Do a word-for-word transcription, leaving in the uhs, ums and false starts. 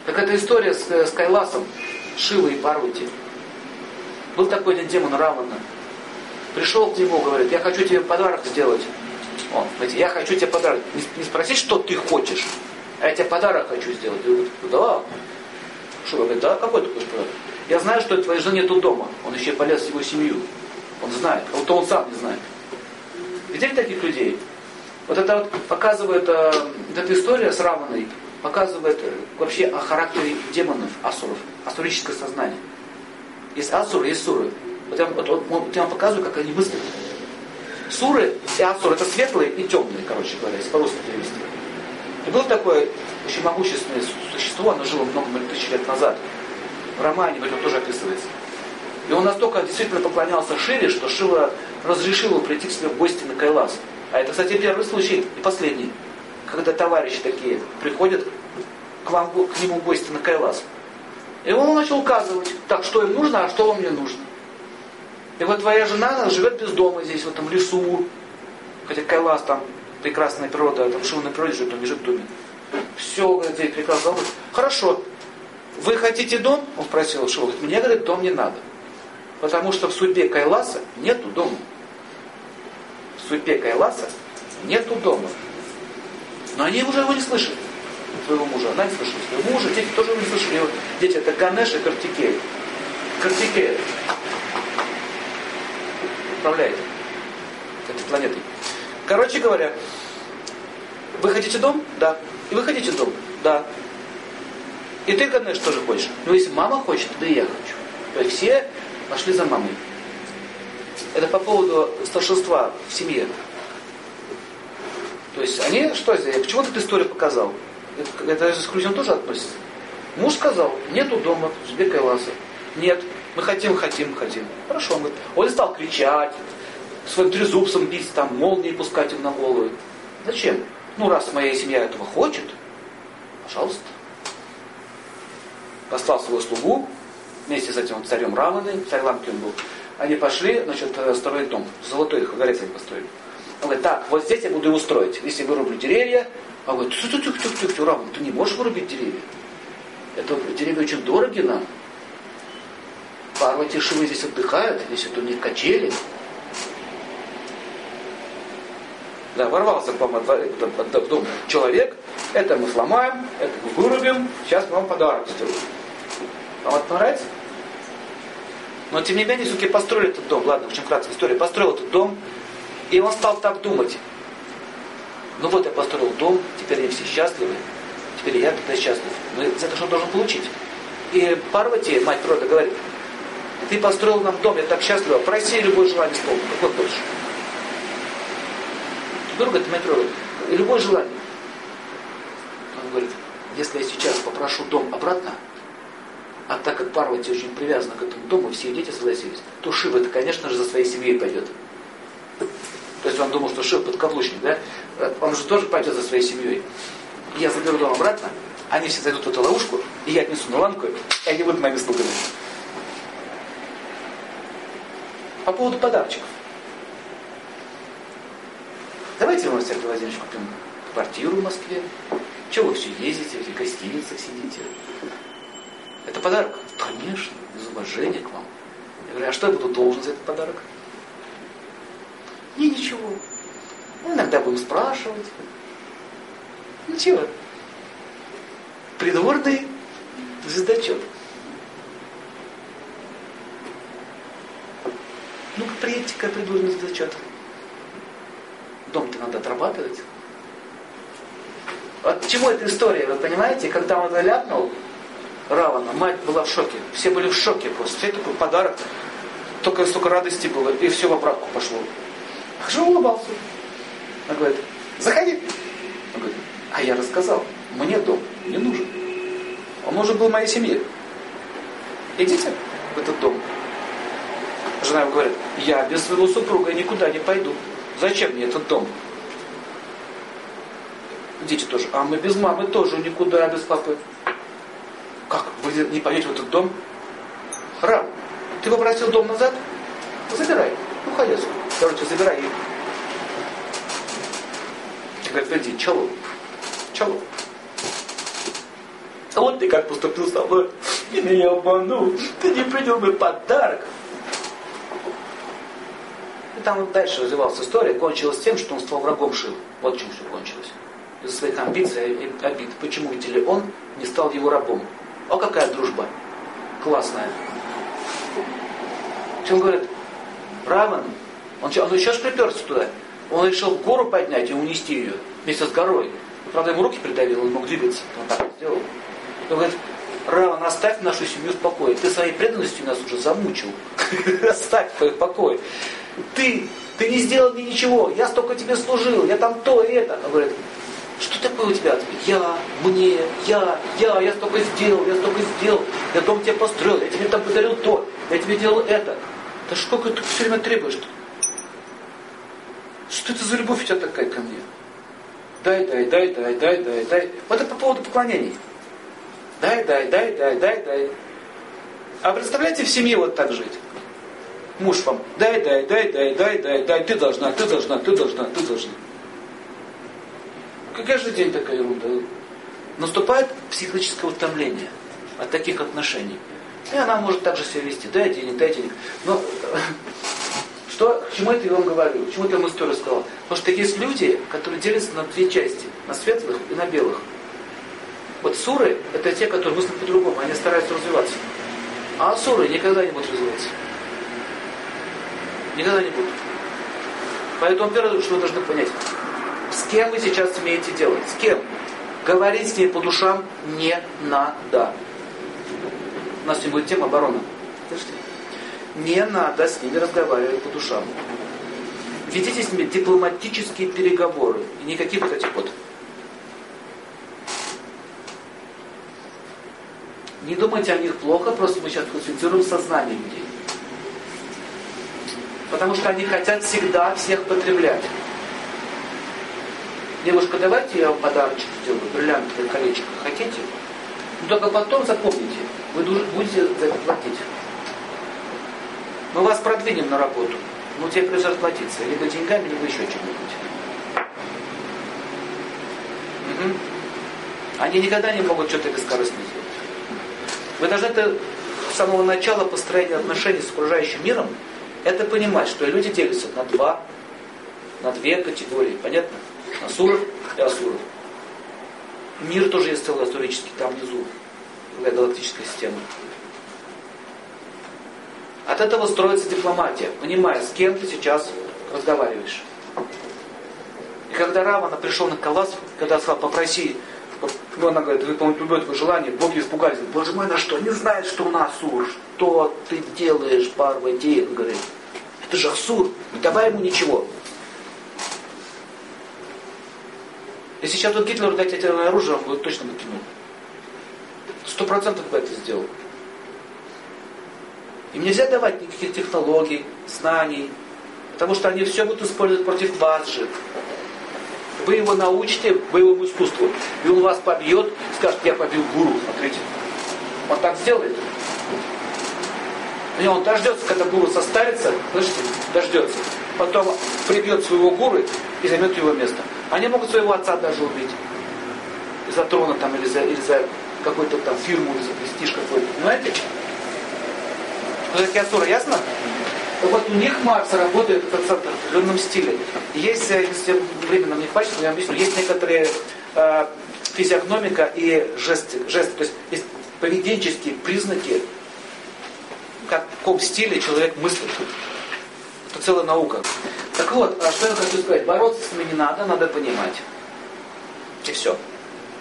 Как эта история с, с Кайласом, Шивой и Парвати. Был такой один демон Равана. Пришел к нему, говорит, я хочу тебе подарок сделать. Он, знаете, я хочу тебе подарок. Не, не спросить, что ты хочешь, а я тебе подарок хочу сделать. И говорит, да. Шива говорит, да, какой ты хочешь подарок? Я знаю, что твоей жены нету дома. Он еще полез в его семью. Он знает, а вот он сам не знает. Видели таких людей? Вот это вот показывает, э, вот эта история с Раваной, показывает э, вообще о характере демонов, асуров, асурическое сознание. Есть асуры, есть суры. Вот я, вот, вот, вот я вам показываю, как они мыслят. Суры и асуры это светлые и темные, короче говоря, если по-русски перевести. И было такое очень могущественное существо, оно жило много тысяч лет назад. В романе в этом тоже описывается. И он настолько действительно поклонялся Шиве, что Шива разрешил ему прийти к себе в гости на Кайлас. А это, кстати, первый случай и последний, когда товарищи такие приходят к вам, к нему в гости на Кайлас. И он начал указывать, так, что им нужно, а что вам не нужно. И вот твоя жена, она живет без дома здесь, в этом лесу. Хотя Кайлас там прекрасная природа, а там Шива на природе живет, он не живет в доме. Все, говорит, здесь прекрасно. Он говорит, хорошо, вы хотите дом? Он спросил Шива, говорит, мне, говорит, дом не надо. Потому что в судьбе Кайласа нету дома. В судьбе Кайласа нету дома. Но они уже его не слышали. Своего мужа. Она не слышала своего мужа. Дети тоже его не слышали. Его дети это Ганеш и Картикей. Картикей управляет этой планетой. Короче говоря, вы хотите дом? Да. И вы хотите дом? Да. И ты, Ганеш, тоже хочешь. Но если мама хочет, да и я хочу. То есть все пошли за мамой. Это по поводу старшинства в семье. То есть они, что здесь? Почему ты эту историю показал? Это, это к людям тоже относится. Муж сказал, нету дома в судьбе Кайласа. Нет, мы хотим, хотим, хотим. Хорошо, он говорит. Он стал кричать, своим трезубцем бить, там, молнии пускать им на голову. Зачем? Ну, раз моя семья этого хочет, пожалуйста. Послал своего слугу, вместе с этим царем Раваны, царь Ламки он был, они пошли, значит, строить дом. Золотой их дворец они построили. Он говорит, так, вот здесь я буду его строить. Если вырублю деревья, он говорит, тюх-тюх-тюх-тюх, Раван, ты не можешь вырубить деревья. Это деревья очень дороги нам. Парвати и Шива здесь отдыхают, здесь это у них качели. Да, ворвался к вам в дом человек, это мы сломаем, это мы вырубим, сейчас мы вам подарок сделаем. Вам это нравится? Но тем не менее, все-таки построили этот дом. Ладно, очень кратко история. Построил этот дом, и он стал так думать. Ну вот я построил дом, теперь они все счастливы, теперь я тогда счастлив. Но за это что должен получить? И Парвати, мать природа, говорит, ты построил нам дом, я так счастлива, проси любое желание исполнить, какое хочешь. Дорого, это мать природа. И любое желание. Он говорит, если я сейчас попрошу дом обратно, а так как Парвати очень привязана к этому дому, все ее дети согласились, то Шива, это, конечно же, за своей семьей пойдет. То есть он думал, что Шива подкаблучник, да? Он же тоже пойдет за своей семьей. Я заберу дом обратно, они все зайдут в эту ловушку, и я отнесу на ланку, и они будут моими слугами. По поводу подарочков. Давайте мы, Сергей Владимирович, купим квартиру в Москве. Чего вы все ездите, в этих гостиницах сидите? Это подарок? Конечно, из уважения к вам. Я говорю, а что я буду должен за этот подарок? И ничего. Мы иногда будем спрашивать. Ничего. Придворный звездочет. Ну-ка, приедьте-ка, придворный звездочет. Дом-то надо отрабатывать. Вот чему эта история, вы понимаете? Когда он это ляпнул, Равана, мать была в шоке. Все были в шоке просто. Все такой подарок. Только столько радости было. И все в обратку пошло. А же улыбался. Он говорит, заходи. Он говорит, а я рассказал, мне дом не нужен. Он нужен был моей семье. Идите в этот дом. Жена ему говорит, я без своего супруга никуда не пойду. Зачем мне этот дом? Дети тоже. А мы без мамы тоже никуда, без папы. Как? Вы не пойдете в этот дом? Рам, ты попросил дом назад? Забирай. Уходи отсюда. Короче, забирай их. Говорит, пойди, чалу. Чалу. А вот ты как поступил со мной, ты меня обманул, ты не принял мой подарок. И там дальше развивалась история, кончилась тем, что он стал врагом Шивы. Вот чем все кончилось. Из-за своих амбиций и обид. Почему, видите ли, он не стал его рабом? О, какая дружба классная. Что он говорит? Раван, он, он еще ж приперся туда. Он решил гору поднять и унести ее вместе с горой. Правда, ему руки придавил, он мог двигаться. Он так сделал. Он говорит, Раван, оставь нашу семью в покое. Ты своей преданностью нас уже замучил. Оставь в покое. Ты, ты не сделал мне ничего. Я столько тебе служил. Я там то и это. Он говорит, что такое у тебя? Я, мне, я, я, я столько сделал, я столько сделал. Я дом тебе построил, я тебе там подарил то, я тебе делал это. Да сколько ты все время требуешь-то? Что это за любовь у тебя такая ко мне? Дай, дай, дай, дай, дай, дай, дай. Вот это по поводу поклонений. Дай, дай, дай, дай, дай, дай. А представляете в семье вот так жить? Муж вам, дай, дай, дай, дай, дай, дай, дай, ты должна, ты должна, ты должна, ты должна. Какая же день такая ерунда? Наступает психологическое утомление от таких отношений. И она может также себя вести. Дай денег, дай денег. Но что, к чему это я вам говорю? К чему я вам историю сказал? Потому что есть люди, которые делятся на две части. На светлых и на белых. Вот суры, это те, которые мыслят по-другому. Они стараются развиваться. А асуры никогда не будут развиваться. Никогда не будут. Поэтому первое, что вы должны понять. С кем вы сейчас имеете дело? С кем? Говорить с ней по душам не надо. У нас сегодня будет тема обороны. Слышите? Не надо с ними разговаривать по душам. Ведите с ними дипломатические переговоры. И никаких вот этих вот. Не думайте о них плохо, просто мы сейчас концентрируем сознание людей. Потому что они хотят всегда всех потреблять. Девушка, давайте я вам подарочек сделаю, бриллиантовое колечко. Хотите? Но только потом запомните, вы будете за это платить. Мы вас продвинем на работу, но тебе придется расплатиться. Либо деньгами, либо еще чем-нибудь. Угу. Они никогда не могут что-то бескорыстно сделать. Вы должны это с самого начала построения отношений с окружающим миром, это понимать, что люди делятся на два, на две категории. Понятно? Асуров и асуров. Мир тоже есть целый асурический, там внизу. Другая галактическая система. От этого строится дипломатия, понимая, с кем ты сейчас разговариваешь. И когда Равана пришел на Кайлас, когда сказал, попроси, ну, она говорит, выполнить любое твое желание, боги испугались. Боже мой, на что? Не знает, что он асур. Что ты делаешь, Парвати? Он говорит, это же асур, не давай ему ничего. Если сейчас вот Гитлеру дать ядерное оружие, он бы точно бы кинул. Сто процентов бы это сделал. Им нельзя давать никаких технологий, знаний, потому что они все будут использовать против вас же. Вы его научите боевому искусству, и он вас побьет, скажет, я побил гуру, смотрите. Он так сделает. И он дождется, когда гуру состарится, слышите, дождется. Потом прибьет своего гуру и займет его место. Они могут своего отца даже убить. Из-за трона там, или за, или за какую-то там фирму, или за престиж какой-то. Понимаете? Что такие асуры, ясно? Так вот, у них Марс работает в определенном стиле. Есть, если время нам не хватит, я вам объясню, есть некоторые э, физиогномика и жесты, жесты, то есть есть поведенческие признаки, как, в каком стиле человек мыслит. Это целая наука. Так вот, а что я хочу сказать? Бороться с ними не надо, надо понимать. И все.